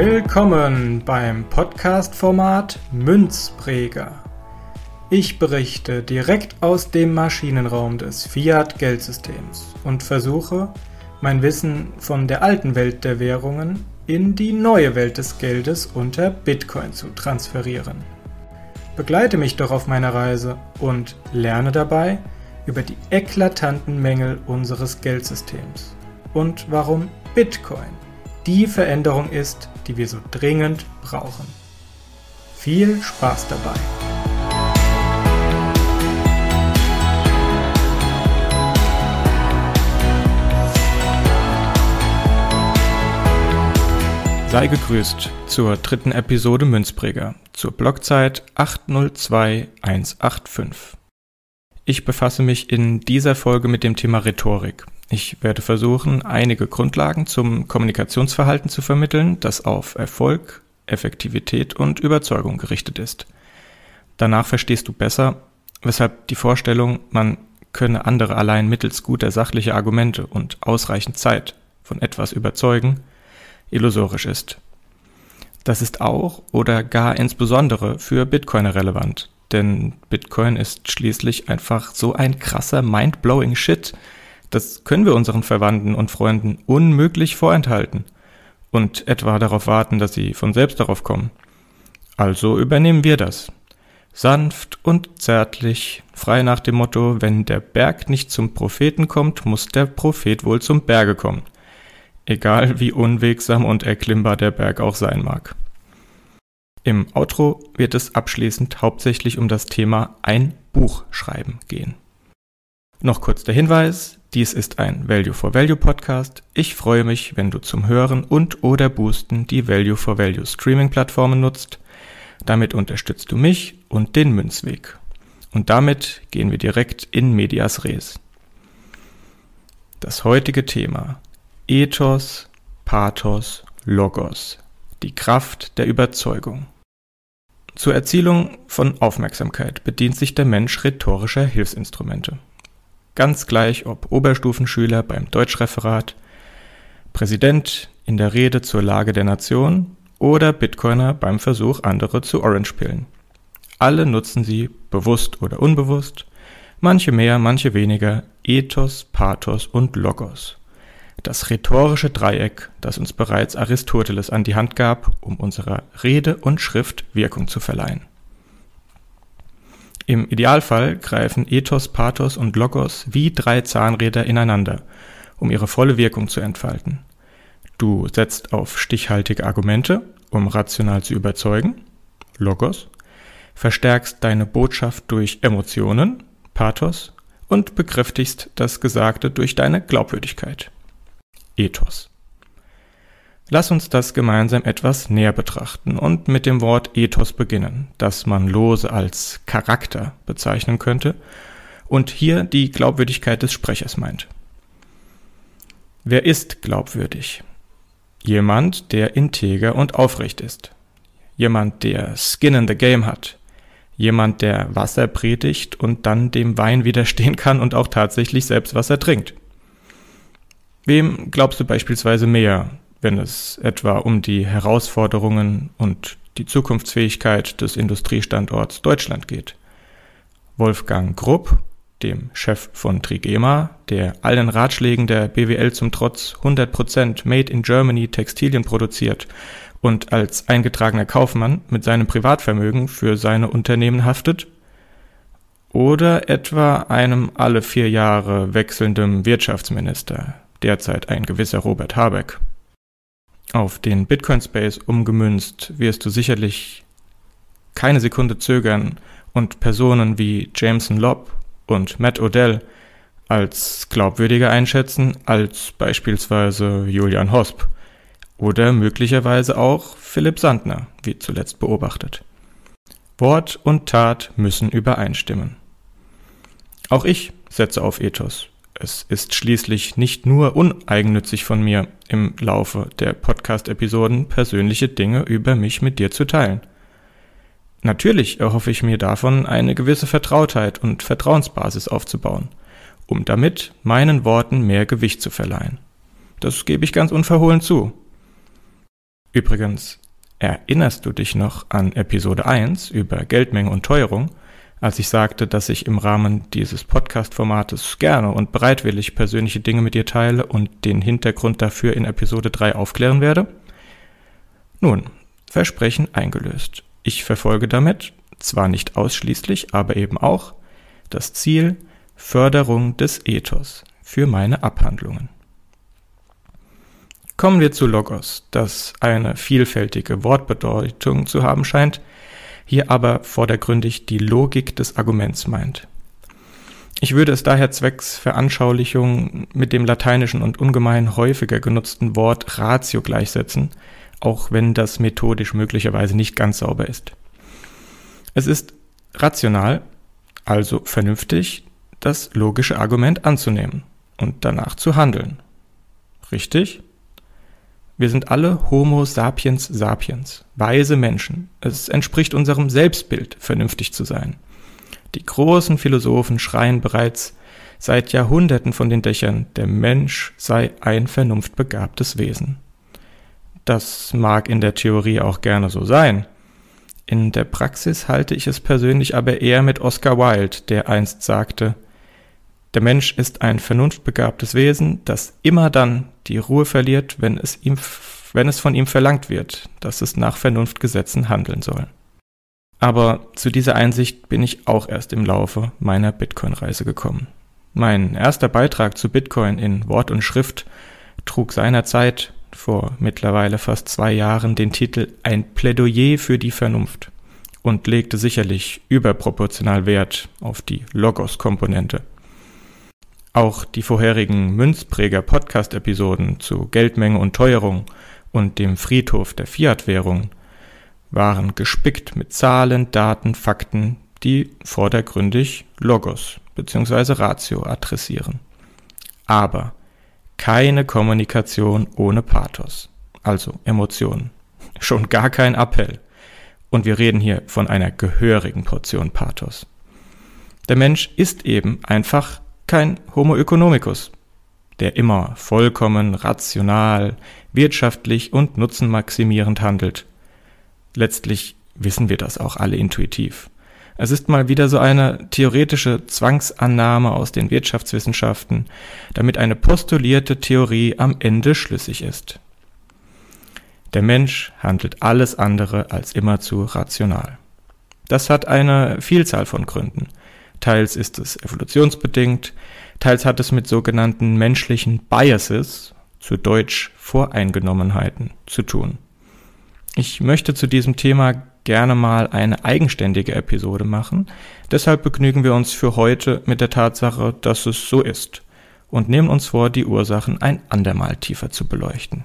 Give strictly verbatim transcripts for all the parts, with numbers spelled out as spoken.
Willkommen beim Podcast-Format Münzpräger. Ich berichte direkt aus dem Maschinenraum des Fiat-Geldsystems und versuche, mein Wissen von der alten Welt der Währungen in die neue Welt des Geldes unter Bitcoin zu transferieren. Begleite mich doch auf meiner Reise und lerne dabei über die eklatanten Mängel unseres Geldsystems und warum Bitcoin die Veränderung ist, die wir so dringend brauchen. Viel Spaß dabei! Sei gegrüßt zur dritten Episode Münzpräger, zur Blockzeit acht null zwei eins acht fünf. Ich befasse mich in dieser Folge mit dem Thema Rhetorik. Ich werde versuchen, einige Grundlagen zum Kommunikationsverhalten zu vermitteln, das auf Erfolg, Effektivität und Überzeugung gerichtet ist. Danach verstehst du besser, weshalb die Vorstellung, man könne andere allein mittels guter sachlicher Argumente und ausreichend Zeit von etwas überzeugen, illusorisch ist. Das ist auch oder gar insbesondere für Bitcoiner relevant, denn Bitcoin ist schließlich einfach so ein krasser mind-blowing Shit. Das können wir unseren Verwandten und Freunden unmöglich vorenthalten und etwa darauf warten, dass sie von selbst darauf kommen. Also übernehmen wir das. Sanft und zärtlich, frei nach dem Motto, wenn der Berg nicht zum Propheten kommt, muss der Prophet wohl zum Berge kommen. Egal wie unwegsam und erklimmbar der Berg auch sein mag. Im Outro wird es abschließend hauptsächlich um das Thema ein Buch schreiben gehen. Noch kurz der Hinweis, dies ist ein Value for Value Podcast. Ich freue mich, wenn du zum Hören und oder Boosten die Value for Value Streaming Plattformen nutzt. Damit unterstützt du mich und den Münzweg. Und damit gehen wir direkt in medias res. Das heutige Thema: Ethos, Pathos, Logos. Die Kraft der Überzeugung. Zur Erzielung von Aufmerksamkeit bedient sich der Mensch rhetorischer Hilfsinstrumente. Ganz gleich ob Oberstufenschüler beim Deutschreferat, Präsident in der Rede zur Lage der Nation oder Bitcoiner beim Versuch, andere zu Orange-Pillen. Alle nutzen sie, bewusst oder unbewusst, manche mehr, manche weniger, Ethos, Pathos und Logos. Das rhetorische Dreieck, das uns bereits Aristoteles an die Hand gab, um unserer Rede und Schrift Wirkung zu verleihen. Im Idealfall greifen Ethos, Pathos und Logos wie drei Zahnräder ineinander, um ihre volle Wirkung zu entfalten. Du setzt auf stichhaltige Argumente, um rational zu überzeugen, Logos, verstärkst deine Botschaft durch Emotionen, Pathos, und bekräftigst das Gesagte durch deine Glaubwürdigkeit, Ethos. Lass uns das gemeinsam etwas näher betrachten und mit dem Wort Ethos beginnen, das man lose als Charakter bezeichnen könnte und hier die Glaubwürdigkeit des Sprechers meint. Wer ist glaubwürdig? Jemand, der integer und aufrecht ist. Jemand, der Skin in the Game hat. Jemand, der Wasser predigt und dann dem Wein widerstehen kann und auch tatsächlich selbst Wasser trinkt. Wem glaubst du beispielsweise mehr, wenn es etwa um die Herausforderungen und die Zukunftsfähigkeit des Industriestandorts Deutschland geht? Wolfgang Grupp, dem Chef von Trigema, der allen Ratschlägen der B W L zum Trotz hundert Prozent Made in Germany Textilien produziert und als eingetragener Kaufmann mit seinem Privatvermögen für seine Unternehmen haftet? Oder etwa einem alle vier Jahre wechselnden Wirtschaftsminister, derzeit ein gewisser Robert Habeck? Auf den Bitcoin-Space umgemünzt wirst du sicherlich keine Sekunde zögern und Personen wie Jameson Lobb und Matt Odell als glaubwürdiger einschätzen als beispielsweise Julian Hosp oder möglicherweise auch Philipp Sandner, wie zuletzt beobachtet. Wort und Tat müssen übereinstimmen. Auch ich setze auf Ethos. Es ist schließlich nicht nur uneigennützig von mir, im Laufe der Podcast-Episoden persönliche Dinge über mich mit dir zu teilen. Natürlich erhoffe ich mir davon, eine gewisse Vertrautheit und Vertrauensbasis aufzubauen, um damit meinen Worten mehr Gewicht zu verleihen. Das gebe ich ganz unverhohlen zu. Übrigens, erinnerst du dich noch an Episode eins über Geldmenge und Teuerung, als ich sagte, dass ich im Rahmen dieses Podcast-Formates gerne und bereitwillig persönliche Dinge mit dir teile und den Hintergrund dafür in Episode drei aufklären werde? Nun, Versprechen eingelöst. Ich verfolge damit, zwar nicht ausschließlich, aber eben auch, das Ziel Förderung des Ethos für meine Abhandlungen. Kommen wir zu Logos, das eine vielfältige Wortbedeutung zu haben scheint, hier aber vordergründig die Logik des Arguments meint. Ich würde es daher zwecks Veranschaulichung mit dem lateinischen und ungemein häufiger genutzten Wort Ratio gleichsetzen, auch wenn das methodisch möglicherweise nicht ganz sauber ist. Es ist rational, also vernünftig, das logische Argument anzunehmen und danach zu handeln. Richtig? Wir sind alle Homo sapiens sapiens, weise Menschen. Es entspricht unserem Selbstbild, vernünftig zu sein. Die großen Philosophen schreien bereits seit Jahrhunderten von den Dächern, der Mensch sei ein vernunftbegabtes Wesen. Das mag in der Theorie auch gerne so sein. In der Praxis halte ich es persönlich aber eher mit Oscar Wilde, der einst sagte, der Mensch ist ein vernunftbegabtes Wesen, das immer dann die Ruhe verliert, wenn es ihm, wenn es von ihm verlangt wird, dass es nach Vernunftgesetzen handeln soll. Aber zu dieser Einsicht bin ich auch erst im Laufe meiner Bitcoin-Reise gekommen. Mein erster Beitrag zu Bitcoin in Wort und Schrift trug seinerzeit, vor mittlerweile fast zwei Jahren, den Titel Ein Plädoyer für die Vernunft und legte sicherlich überproportional Wert auf die Logos-Komponente. Auch die vorherigen Münzpräger-Podcast-Episoden zu Geldmenge und Teuerung und dem Friedhof der Fiat-Währung waren gespickt mit Zahlen, Daten, Fakten, die vordergründig Logos bzw. Ratio adressieren. Aber keine Kommunikation ohne Pathos, also Emotionen. Schon gar kein Appell. Und wir reden hier von einer gehörigen Portion Pathos. Der Mensch ist eben einfach kein Homo economicus, der immer vollkommen rational, wirtschaftlich und nutzenmaximierend handelt. Letztlich wissen wir das auch alle intuitiv. Es ist mal wieder so eine theoretische Zwangsannahme aus den Wirtschaftswissenschaften, damit eine postulierte Theorie am Ende schlüssig ist. Der Mensch handelt alles andere als immerzu rational. Das hat eine Vielzahl von Gründen. Teils ist es evolutionsbedingt, teils hat es mit sogenannten menschlichen Biases, zu Deutsch Voreingenommenheiten, zu tun. Ich möchte zu diesem Thema gerne mal eine eigenständige Episode machen, deshalb begnügen wir uns für heute mit der Tatsache, dass es so ist und nehmen uns vor, die Ursachen ein andermal tiefer zu beleuchten.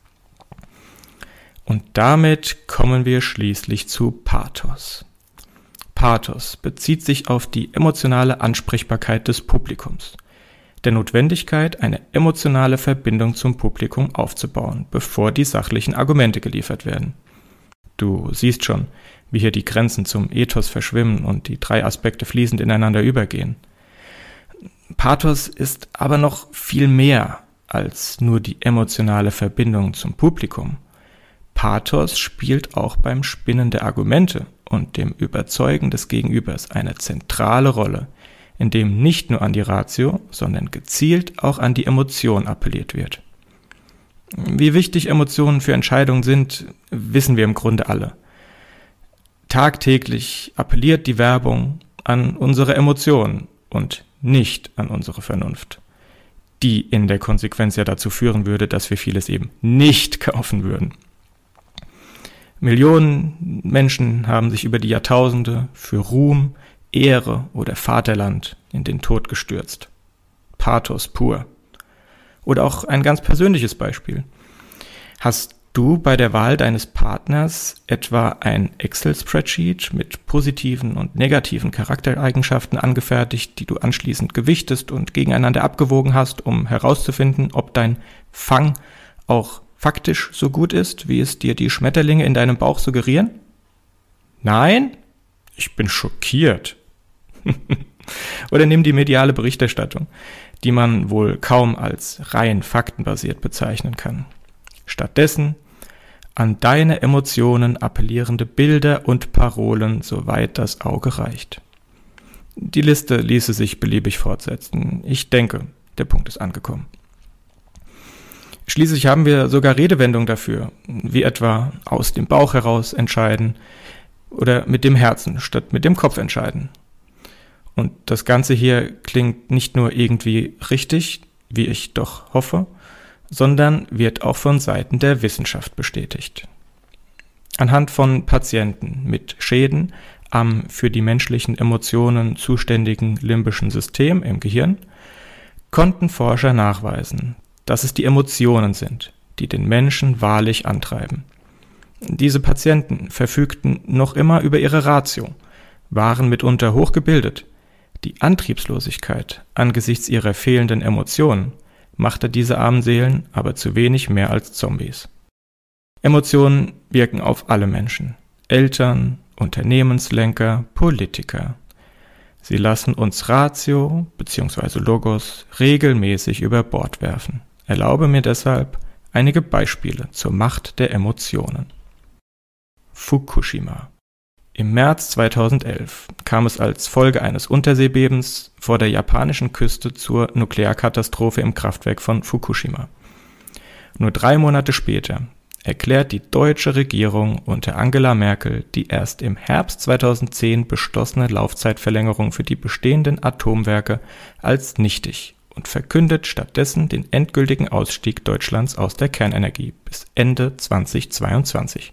Und damit kommen wir schließlich zu Pathos. Pathos bezieht sich auf die emotionale Ansprechbarkeit des Publikums, der Notwendigkeit, eine emotionale Verbindung zum Publikum aufzubauen, bevor die sachlichen Argumente geliefert werden. Du siehst schon, wie hier die Grenzen zum Ethos verschwimmen und die drei Aspekte fließend ineinander übergehen. Pathos ist aber noch viel mehr als nur die emotionale Verbindung zum Publikum. Pathos spielt auch beim Spinnen der Argumente und dem Überzeugen des Gegenübers eine zentrale Rolle, in dem nicht nur an die Ratio, sondern gezielt auch an die Emotion appelliert wird. Wie wichtig Emotionen für Entscheidungen sind, wissen wir im Grunde alle. Tagtäglich appelliert die Werbung an unsere Emotionen und nicht an unsere Vernunft, die in der Konsequenz ja dazu führen würde, dass wir vieles eben nicht kaufen würden. Millionen Menschen haben sich über die Jahrtausende für Ruhm, Ehre oder Vaterland in den Tod gestürzt. Pathos pur. Oder auch ein ganz persönliches Beispiel. Hast du bei der Wahl deines Partners etwa ein Excel-Spreadsheet mit positiven und negativen Charaktereigenschaften angefertigt, die du anschließend gewichtest und gegeneinander abgewogen hast, um herauszufinden, ob dein Fang auch faktisch so gut ist, wie es dir die Schmetterlinge in deinem Bauch suggerieren? Nein? Ich bin schockiert. Oder nimm die mediale Berichterstattung, die man wohl kaum als rein faktenbasiert bezeichnen kann. Stattdessen an deine Emotionen appellierende Bilder und Parolen, soweit das Auge reicht. Die Liste ließe sich beliebig fortsetzen. Ich denke, der Punkt ist angekommen. Schließlich haben wir sogar Redewendungen dafür, wie etwa aus dem Bauch heraus entscheiden oder mit dem Herzen statt mit dem Kopf entscheiden. Und das Ganze hier klingt nicht nur irgendwie richtig, wie ich doch hoffe, sondern wird auch von Seiten der Wissenschaft bestätigt. Anhand von Patienten mit Schäden am für die menschlichen Emotionen zuständigen limbischen System im Gehirn konnten Forscher nachweisen, dass es die Emotionen sind, die den Menschen wahrlich antreiben. Diese Patienten verfügten noch immer über ihre Ratio, waren mitunter hochgebildet. Die Antriebslosigkeit angesichts ihrer fehlenden Emotionen machte diese armen Seelen aber zu wenig mehr als Zombies. Emotionen wirken auf alle Menschen, Eltern, Unternehmenslenker, Politiker. Sie lassen uns Ratio bzw. Logos regelmäßig über Bord werfen. Erlaube mir deshalb einige Beispiele zur Macht der Emotionen. Fukushima. Im März zweitausendelf kam es als Folge eines Unterseebebens vor der japanischen Küste zur Nuklearkatastrophe im Kraftwerk von Fukushima. Nur drei Monate später erklärt die deutsche Regierung unter Angela Merkel die erst im Herbst zweitausendzehn beschlossene Laufzeitverlängerung für die bestehenden Atomwerke als nichtig und verkündet stattdessen den endgültigen Ausstieg Deutschlands aus der Kernenergie bis Ende zweitausendzweiundzwanzig.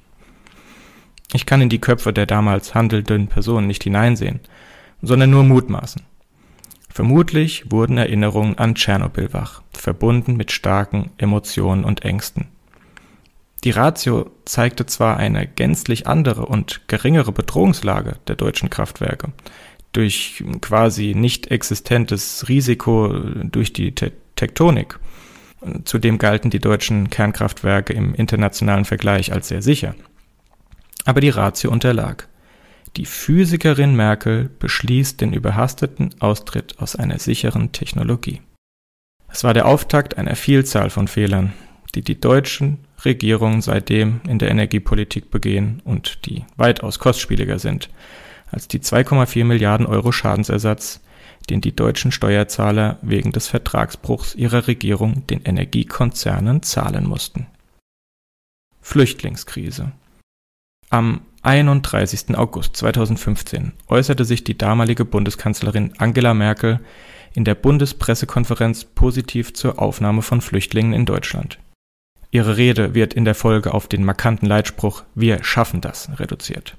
Ich kann in die Köpfe der damals handelnden Personen nicht hineinsehen, sondern nur mutmaßen. Vermutlich wurden Erinnerungen an Tschernobyl wach, verbunden mit starken Emotionen und Ängsten. Die Ratio zeigte zwar eine gänzlich andere und geringere Bedrohungslage der deutschen Kraftwerke, durch quasi nicht existentes Risiko durch die Te- Tektonik. Zudem galten die deutschen Kernkraftwerke im internationalen Vergleich als sehr sicher. Aber die Ratio unterlag. Die Physikerin Merkel beschließt den überhasteten Austritt aus einer sicheren Technologie. Es war der Auftakt einer Vielzahl von Fehlern, die die deutschen Regierungen seitdem in der Energiepolitik begehen und die weitaus kostspieliger sind als die zwei Komma vier Milliarden Euro Schadensersatz, den die deutschen Steuerzahler wegen des Vertragsbruchs ihrer Regierung den Energiekonzernen zahlen mussten. Flüchtlingskrise. Am einunddreißigsten August zweitausendfünfzehn äußerte sich die damalige Bundeskanzlerin Angela Merkel in der Bundespressekonferenz positiv zur Aufnahme von Flüchtlingen in Deutschland. Ihre Rede wird in der Folge auf den markanten Leitspruch „Wir schaffen das" reduziert.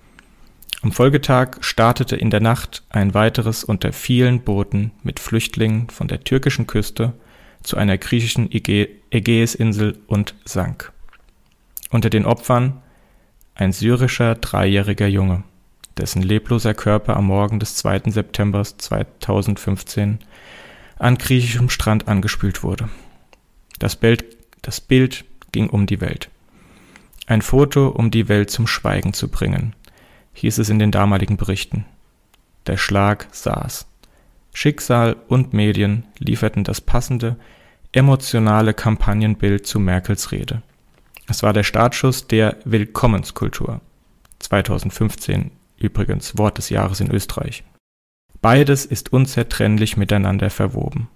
Am Folgetag startete in der Nacht ein weiteres unter vielen Booten mit Flüchtlingen von der türkischen Küste zu einer griechischen Ägä- Ägäisinsel und sank. Unter den Opfern ein syrischer dreijähriger Junge, dessen lebloser Körper am Morgen des zweiten September zweitausendfünfzehn an griechischem Strand angespült wurde. Das Bild, das Bild ging um die Welt. Ein Foto, um die Welt zum Schweigen zu bringen, hieß es in den damaligen Berichten. Der Schlag saß. Schicksal und Medien lieferten das passende, emotionale Kampagnenbild zu Merkels Rede. Es war der Startschuss der Willkommenskultur. zweitausendfünfzehn übrigens Wort des Jahres in Österreich. Beides ist unzertrennlich miteinander verwoben.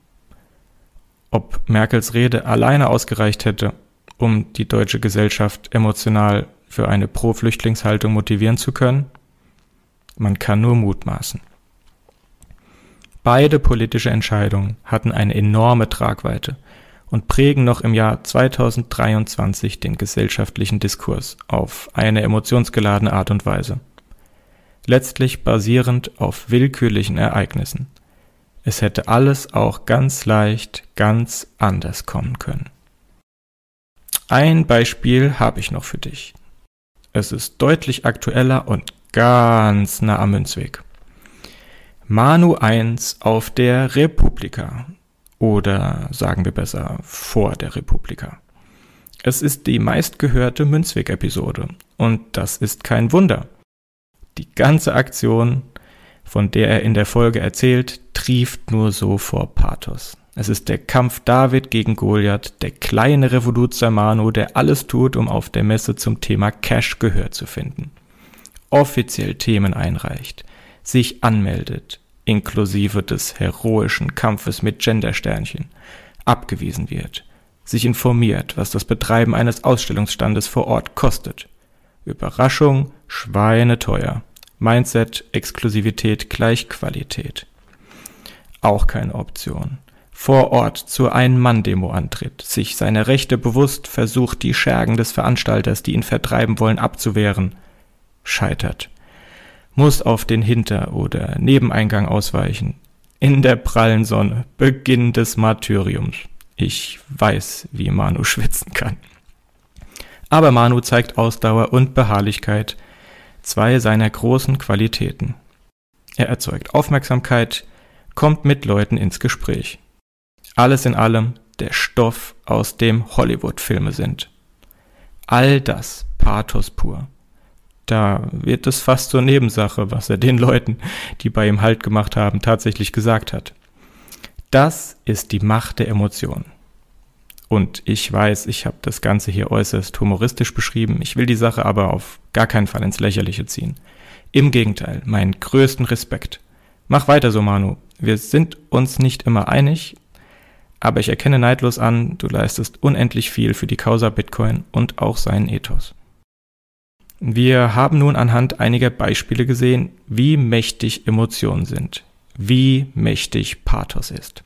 Ob Merkels Rede alleine ausgereicht hätte, um die deutsche Gesellschaft emotional für eine Pro-Flüchtlingshaltung motivieren zu können? Man kann nur mutmaßen. Beide politische Entscheidungen hatten eine enorme Tragweite und prägen noch im Jahr zweitausenddreiundzwanzig den gesellschaftlichen Diskurs auf eine emotionsgeladene Art und Weise. Letztlich basierend auf willkürlichen Ereignissen. Es hätte alles auch ganz leicht, ganz anders kommen können. Ein Beispiel habe ich noch für dich. Es ist deutlich aktueller und ganz nah am Münzweg. Manu eins auf der Republika. Oder sagen wir besser, vor der Republika. Es ist die meistgehörte Münzweg-Episode. Und das ist kein Wunder. Die ganze Aktion, von der er in der Folge erzählt, trieft nur so vor Pathos. Es ist der Kampf David gegen Goliath, der kleine Revoluzer Manu, der alles tut, um auf der Messe zum Thema Cash Gehör zu finden. Offiziell Themen einreicht, sich anmeldet, inklusive des heroischen Kampfes mit Gendersternchen, abgewiesen wird, sich informiert, was das Betreiben eines Ausstellungsstandes vor Ort kostet. Überraschung, schweineteuer. Mindset, Exklusivität gleich Qualität. Auch keine Option. Vor Ort zur Ein-Mann-Demo antritt, sich seiner Rechte bewusst versucht, die Schergen des Veranstalters, die ihn vertreiben wollen, abzuwehren. Scheitert. Muss auf den Hinter- oder Nebeneingang ausweichen. In der prallen Sonne. Beginn des Martyriums. Ich weiß, wie Manu schwitzen kann. Aber Manu zeigt Ausdauer und Beharrlichkeit, zwei seiner großen Qualitäten. Er erzeugt Aufmerksamkeit, kommt mit Leuten ins Gespräch. Alles in allem der Stoff, aus dem Hollywood-Filme sind. All das Pathos pur. Da wird es fast zur Nebensache, was er den Leuten, die bei ihm Halt gemacht haben, tatsächlich gesagt hat. Das ist die Macht der Emotionen. Und ich weiß, ich habe das Ganze hier äußerst humoristisch beschrieben, ich will die Sache aber auf gar keinen Fall ins Lächerliche ziehen. Im Gegenteil, meinen größten Respekt. Mach weiter so, Manu. Wir sind uns nicht immer einig, aber ich erkenne neidlos an, du leistest unendlich viel für die Causa Bitcoin und auch seinen Ethos. Wir haben nun anhand einiger Beispiele gesehen, wie mächtig Emotionen sind, wie mächtig Pathos ist.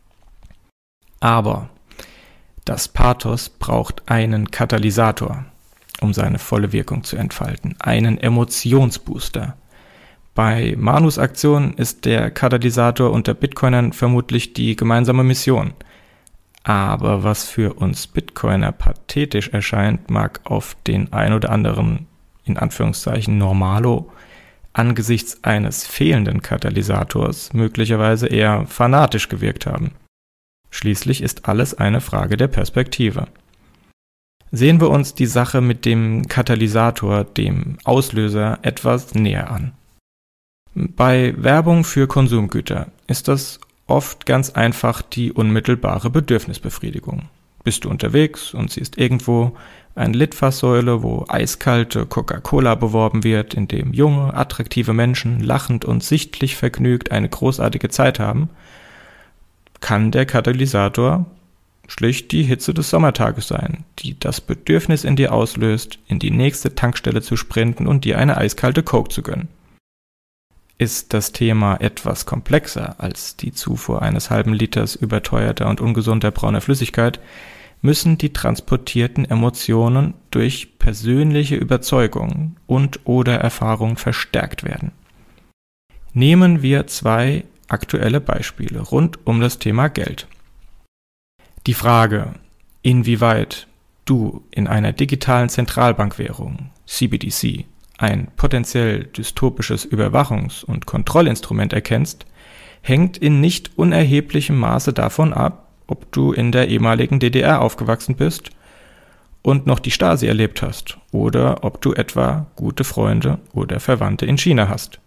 Aber das Pathos braucht einen Katalysator, um seine volle Wirkung zu entfalten, einen Emotionsbooster. Bei Manus Aktion ist der Katalysator unter Bitcoinern vermutlich die gemeinsame Mission. Aber was für uns Bitcoiner pathetisch erscheint, mag auf den ein oder anderen, in Anführungszeichen, Normalo angesichts eines fehlenden Katalysators möglicherweise eher fanatisch gewirkt haben. Schließlich ist alles eine Frage der Perspektive. Sehen wir uns die Sache mit dem Katalysator, dem Auslöser, etwas näher an. Bei Werbung für Konsumgüter ist das oft ganz einfach die unmittelbare Bedürfnisbefriedigung. Bist du unterwegs und siehst irgendwo eine Litfaßsäule, wo eiskalte Coca-Cola beworben wird, in dem junge, attraktive Menschen lachend und sichtlich vergnügt eine großartige Zeit haben, kann der Katalysator schlicht die Hitze des Sommertages sein, die das Bedürfnis in dir auslöst, in die nächste Tankstelle zu sprinten und dir eine eiskalte Coke zu gönnen. Ist das Thema etwas komplexer als die Zufuhr eines halben Liters überteuerter und ungesunder brauner Flüssigkeit, müssen die transportierten Emotionen durch persönliche Überzeugungen und oder Erfahrungen verstärkt werden. Nehmen wir zwei aktuelle Beispiele rund um das Thema Geld. Die Frage, inwieweit du in einer digitalen Zentralbankwährung, C B D C, ein potenziell dystopisches Überwachungs- und Kontrollinstrument erkennst, hängt in nicht unerheblichem Maße davon ab, ob du in der ehemaligen D D R aufgewachsen bist und noch die Stasi erlebt hast oder ob du etwa gute Freunde oder Verwandte in China hast.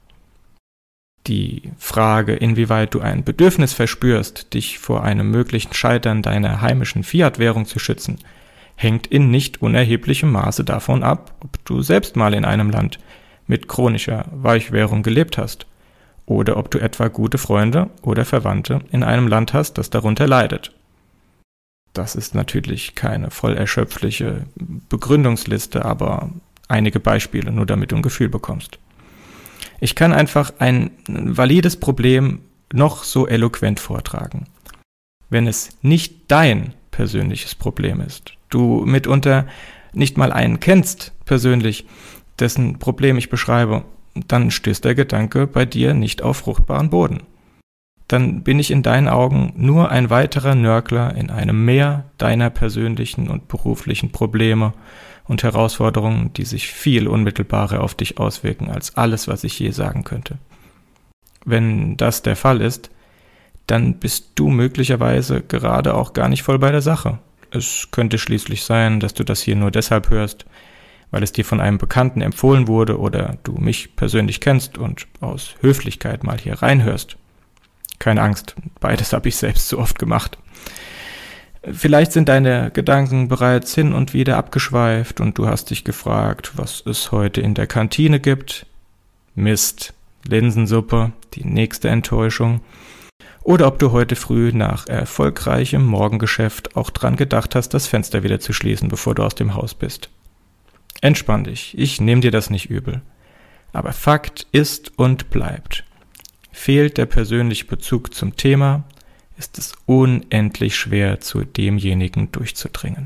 Die Frage, inwieweit du ein Bedürfnis verspürst, dich vor einem möglichen Scheitern deiner heimischen Fiat-Währung zu schützen, hängt in nicht unerheblichem Maße davon ab, ob du selbst mal in einem Land mit chronischer Weichwährung gelebt hast oder ob du etwa gute Freunde oder Verwandte in einem Land hast, das darunter leidet. Das ist natürlich keine voll erschöpfliche Begründungsliste, aber einige Beispiele, nur damit du ein Gefühl bekommst. Ich kann einfach ein valides Problem noch so eloquent vortragen. Wenn es nicht dein persönliches Problem ist, du mitunter nicht mal einen kennst persönlich, dessen Problem ich beschreibe, dann stößt der Gedanke bei dir nicht auf fruchtbaren Boden. Dann bin ich in deinen Augen nur ein weiterer Nörgler in einem Meer deiner persönlichen und beruflichen Probleme und Herausforderungen, die sich viel unmittelbarer auf dich auswirken als alles, was ich je sagen könnte. Wenn das der Fall ist, dann bist du möglicherweise gerade auch gar nicht voll bei der Sache. Es könnte schließlich sein, dass du das hier nur deshalb hörst, weil es dir von einem Bekannten empfohlen wurde oder du mich persönlich kennst und aus Höflichkeit mal hier reinhörst. Keine Angst, beides habe ich selbst so oft gemacht. Vielleicht sind deine Gedanken bereits hin und wieder abgeschweift und du hast dich gefragt, was es heute in der Kantine gibt. Mist, Linsensuppe, die nächste Enttäuschung. Oder ob du heute früh nach erfolgreichem Morgengeschäft auch dran gedacht hast, das Fenster wieder zu schließen, bevor du aus dem Haus bist. Entspann dich, ich nehme dir das nicht übel. Aber Fakt ist und bleibt. Fehlt der persönliche Bezug zum Thema, ist es unendlich schwer, zu demjenigen durchzudringen.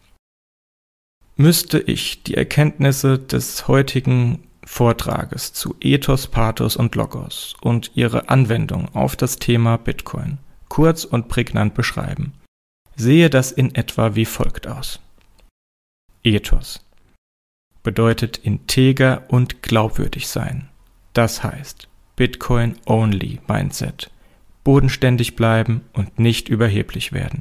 Müsste ich die Erkenntnisse des heutigen Vortrages zu Ethos, Pathos und Logos und ihre Anwendung auf das Thema Bitcoin kurz und prägnant beschreiben, sehe das in etwa wie folgt aus. Ethos bedeutet integer und glaubwürdig sein. Das heißt Bitcoin-only-Mindset. Bodenständig bleiben und nicht überheblich werden.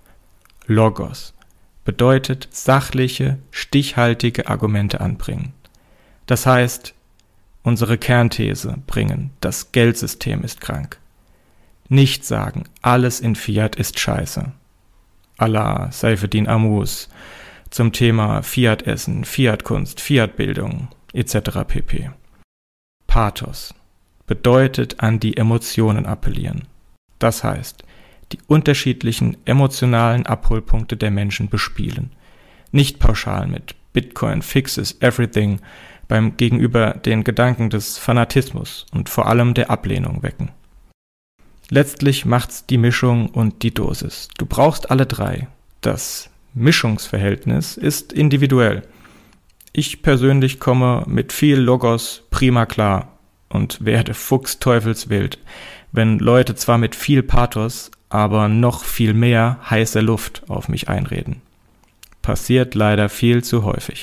Logos bedeutet sachliche, stichhaltige Argumente anbringen. Das heißt, unsere Kernthese bringen, das Geldsystem ist krank. Nicht sagen, alles in Fiat ist scheiße. À la Saifuddin Ammous zum Thema Fiat-Essen, Fiat-Kunst, Fiat-Bildung et cetera pp. Pathos bedeutet an die Emotionen appellieren. Das heißt, die unterschiedlichen emotionalen Abholpunkte der Menschen bespielen. Nicht pauschal mit Bitcoin fixes everything beim Gegenüber den Gedanken des Fanatismus und vor allem der Ablehnung wecken. Letztlich macht's die Mischung und die Dosis. Du brauchst alle drei. Das Mischungsverhältnis ist individuell. Ich persönlich komme mit viel Logos prima klar und werde fuchsteufelswild, wenn Leute zwar mit viel Pathos, aber noch viel mehr heiße Luft auf mich einreden. Passiert leider viel zu häufig.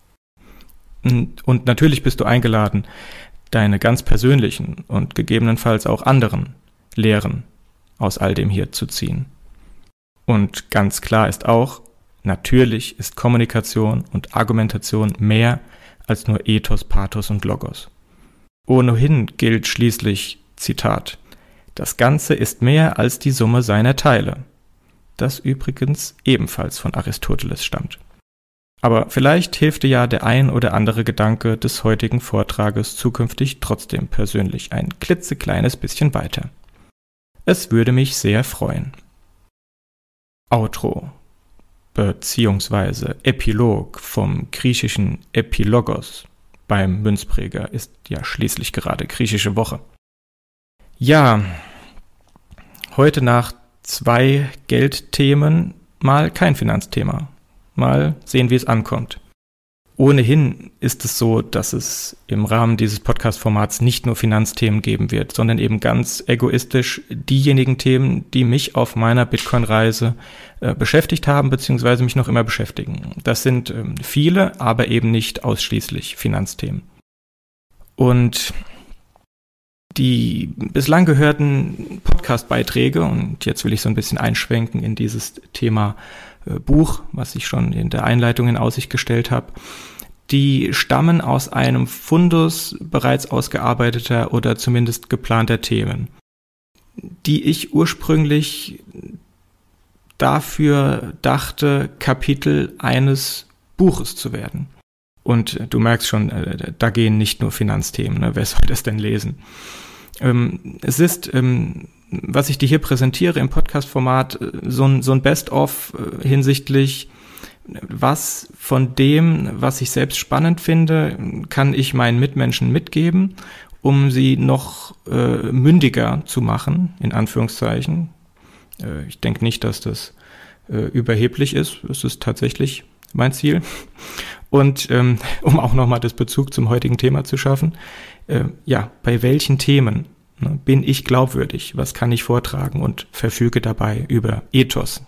Und natürlich bist du eingeladen, deine ganz persönlichen und gegebenenfalls auch anderen Lehren aus all dem hier zu ziehen. Und ganz klar ist auch, natürlich ist Kommunikation und Argumentation mehr als nur Ethos, Pathos und Logos. Ohnehin gilt schließlich, Zitat, das Ganze ist mehr als die Summe seiner Teile. Das übrigens ebenfalls von Aristoteles stammt. Aber vielleicht hilft dir ja der ein oder andere Gedanke des heutigen Vortrages zukünftig trotzdem persönlich ein klitzekleines bisschen weiter. Es würde mich sehr freuen. Outro bzw. Epilog vom griechischen Epilogos beim Münzpräger ist ja schließlich gerade griechische Woche. Ja, heute nach zwei Geldthemen mal kein Finanzthema. Mal sehen, wie es ankommt. Ohnehin ist es so, dass es im Rahmen dieses Podcast-Formats nicht nur Finanzthemen geben wird, sondern eben ganz egoistisch diejenigen Themen, die mich auf meiner Bitcoin-Reise äh, beschäftigt haben, beziehungsweise mich noch immer beschäftigen. Das sind ähm, viele, aber eben nicht ausschließlich Finanzthemen. Und die bislang gehörten Podcast-Beiträge, und jetzt will ich so ein bisschen einschwenken in dieses Thema äh, Buch, was ich schon in der Einleitung in Aussicht gestellt habe, die stammen aus einem Fundus bereits ausgearbeiteter oder zumindest geplanter Themen, die ich ursprünglich dafür dachte, Kapitel eines Buches zu werden. Und du merkst schon, äh, da gehen nicht nur Finanzthemen, ne? Wer soll das denn lesen? Ähm, es ist, ähm, was ich dir hier präsentiere im Podcast-Format, so ein, so ein Best-of äh, hinsichtlich, was von dem, was ich selbst spannend finde, kann ich meinen Mitmenschen mitgeben, um sie noch äh, mündiger zu machen, in Anführungszeichen. Äh, ich denke nicht, dass das äh, überheblich ist. Es ist tatsächlich mein Ziel. Und ähm, um auch nochmal das Bezug zum heutigen Thema zu schaffen, äh, ja, bei welchen Themen ne, bin ich glaubwürdig? Was kann ich vortragen und verfüge dabei über Ethos?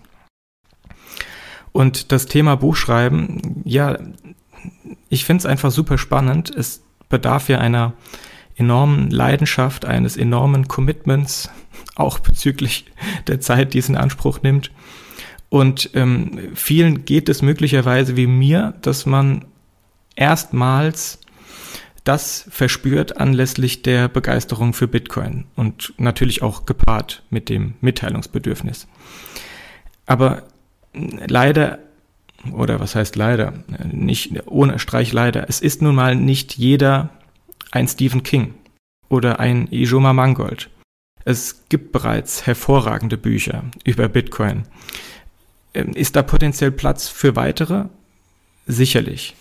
Und das Thema Buchschreiben, ja, ich finde es einfach super spannend. Es bedarf ja einer enormen Leidenschaft, eines enormen Commitments, auch bezüglich der Zeit, die es in Anspruch nimmt. Und ähm, vielen geht es möglicherweise wie mir, dass man erstmals das verspürt anlässlich der Begeisterung für Bitcoin und natürlich auch gepaart mit dem Mitteilungsbedürfnis. Aber leider, oder was heißt leider, nicht ohne Streich leider, es ist nun mal nicht jeder ein Stephen King oder ein Ijoma Mangold. Es gibt bereits hervorragende Bücher über Bitcoin. Ist da potenziell Platz für weitere? Sicherlich.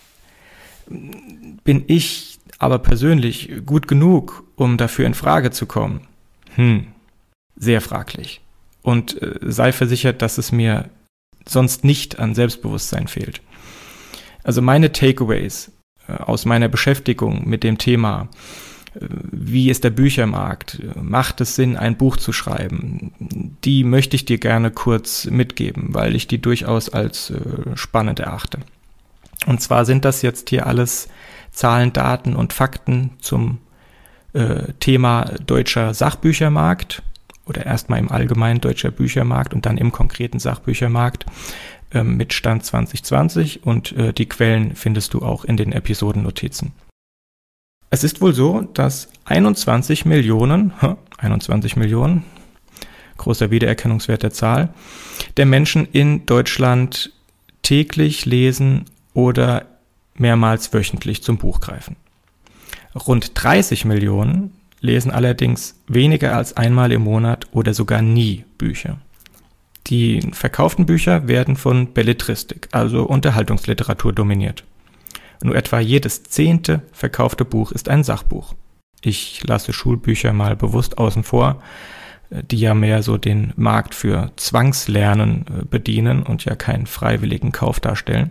Bin ich aber persönlich gut genug, um dafür in Frage zu kommen? Hm, sehr fraglich. Und äh, sei versichert, dass es mir sonst nicht an Selbstbewusstsein fehlt. Also meine Takeaways äh, aus meiner Beschäftigung mit dem Thema, äh, wie ist der Büchermarkt, macht es Sinn, ein Buch zu schreiben, die möchte ich dir gerne kurz mitgeben, weil ich die durchaus als äh, spannend erachte. Und zwar sind das jetzt hier alles Zahlen, Daten und Fakten zum äh, Thema deutscher Sachbüchermarkt oder erstmal im Allgemeinen deutscher Büchermarkt und dann im konkreten Sachbüchermarkt äh, mit Stand zwanzig zwanzig und äh, die Quellen findest du auch in den Episodennotizen. Es ist wohl so, dass einundzwanzig Millionen, einundzwanzig Millionen, großer Wiedererkennungswert der Zahl, der Menschen in Deutschland täglich lesen oder mehrmals wöchentlich zum Buch greifen. Rund dreißig Millionen lesen allerdings weniger als einmal im Monat oder sogar nie Bücher. Die verkauften Bücher werden von Belletristik, also Unterhaltungsliteratur, dominiert. Nur etwa jedes zehnte verkaufte Buch ist ein Sachbuch. Ich lasse Schulbücher mal bewusst außen vor, die ja mehr so den Markt für Zwangslernen bedienen und ja keinen freiwilligen Kauf darstellen.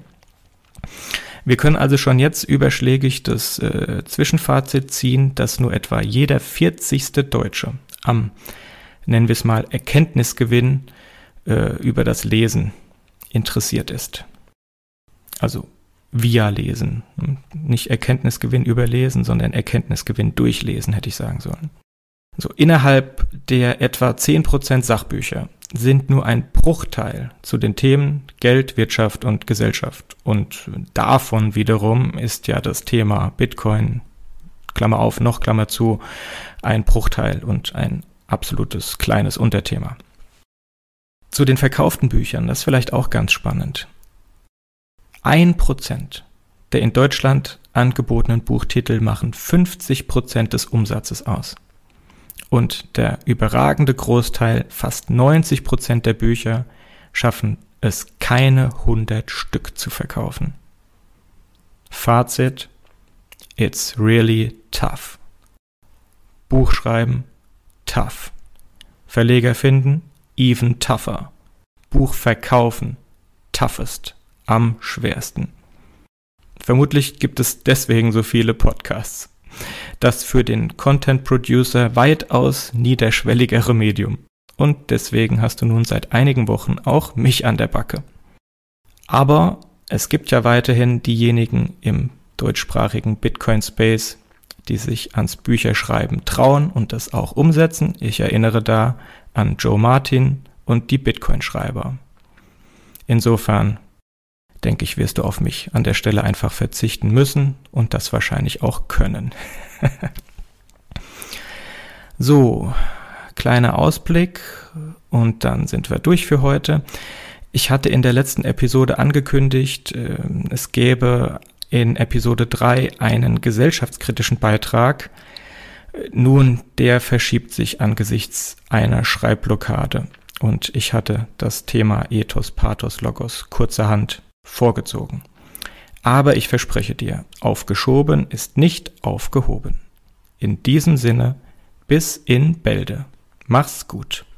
Wir können also schon jetzt überschlägig das äh, Zwischenfazit ziehen, dass nur etwa jeder vierzigste Deutsche am, nennen wir es mal, Erkenntnisgewinn äh, über das Lesen interessiert ist. Also via Lesen. Nicht Erkenntnisgewinn über Lesen, sondern Erkenntnisgewinn durch Lesen, hätte ich sagen sollen. Also innerhalb der etwa zehn Prozent Sachbücher sind nur ein Bruchteil zu den Themen Geld, Wirtschaft und Gesellschaft. Und davon wiederum ist ja das Thema Bitcoin, Klammer auf, noch Klammer zu, ein Bruchteil und ein absolutes kleines Unterthema. Zu den verkauften Büchern, das ist vielleicht auch ganz spannend. Ein Prozent der in Deutschland angebotenen Buchtitel machen fünfzig Prozent des Umsatzes aus. Und der überragende Großteil, fast neunzig Prozent der Bücher, schaffen es keine hundert Stück zu verkaufen. Fazit: It's really tough. Buch schreiben, tough. Verleger finden, even tougher. Buch verkaufen, toughest, am schwersten. Vermutlich gibt es deswegen so viele Podcasts. Das für den Content Producer weitaus niederschwelligere Medium. Und deswegen hast du nun seit einigen Wochen auch mich an der Backe. Aber es gibt ja weiterhin diejenigen im deutschsprachigen Bitcoin-Space, die sich ans Bücherschreiben trauen und das auch umsetzen. Ich erinnere da an Joe Martin und die Bitcoin-Schreiber. Insofern denke ich, wirst du auf mich an der Stelle einfach verzichten müssen und das wahrscheinlich auch können. So, kleiner Ausblick und dann sind wir durch für heute. Ich hatte in der letzten Episode angekündigt, es gäbe in Episode drei einen gesellschaftskritischen Beitrag. Nun, der verschiebt sich angesichts einer Schreibblockade und ich hatte das Thema Ethos, Pathos, Logos kurzerhand vorgezogen. Aber ich verspreche dir, aufgeschoben ist nicht aufgehoben. In diesem Sinne, bis in Bälde. Mach's gut.